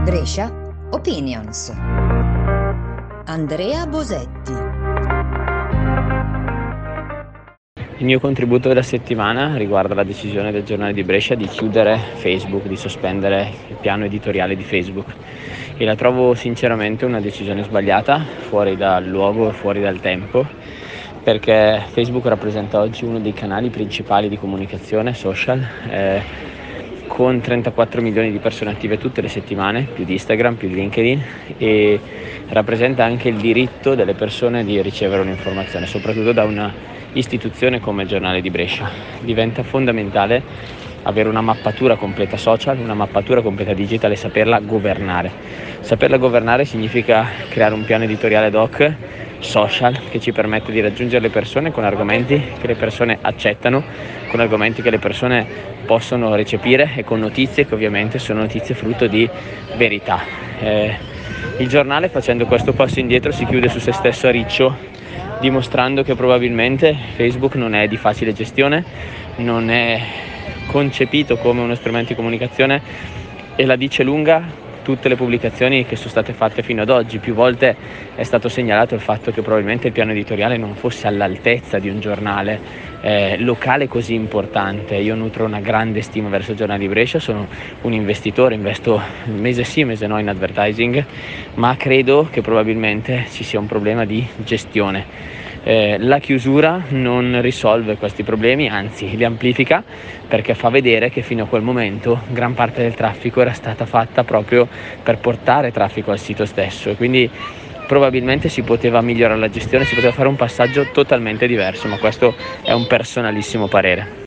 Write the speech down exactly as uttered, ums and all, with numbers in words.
Brescia Opinions. Andrea Bosetti. Il mio contributo della settimana riguarda la decisione del giornale di Brescia di chiudere Facebook, di sospendere il piano editoriale di Facebook, e la trovo sinceramente una decisione sbagliata, fuori dal luogo e fuori dal tempo, perché Facebook rappresenta oggi uno dei canali principali di comunicazione social, eh, con trentaquattro milioni di persone attive tutte le settimane, più di Instagram, più di LinkedIn, e rappresenta anche il diritto delle persone di ricevere un'informazione, soprattutto da una istituzione come il giornale di Brescia. Diventa fondamentale avere una mappatura completa social, una mappatura completa digitale e saperla governare. Saperla governare significa creare un piano editoriale ad hoc social che ci permette di raggiungere le persone con argomenti che le persone accettano, con argomenti che le persone possono recepire e con notizie che ovviamente sono notizie frutto di verità. Eh, il giornale, facendo questo passo indietro, si chiude su se stesso a riccio, dimostrando che probabilmente Facebook non è di facile gestione, non è concepito come uno strumento di comunicazione, e la dice lunga tutte le pubblicazioni che sono state fatte fino ad oggi. Più volte è stato segnalato il fatto che probabilmente il piano editoriale non fosse all'altezza di un giornale eh, locale così importante. Io nutro una grande stima verso il giornale di Brescia, sono un investitore, investo mese sì mese no in advertising, ma credo che probabilmente ci sia un problema di gestione. Eh, la chiusura non risolve questi problemi, anzi li amplifica, perché fa vedere che fino a quel momento gran parte del traffico era stata fatta proprio per portare traffico al sito stesso, e quindi probabilmente si poteva migliorare la gestione, si poteva fare un passaggio totalmente diverso, ma questo è un personalissimo parere.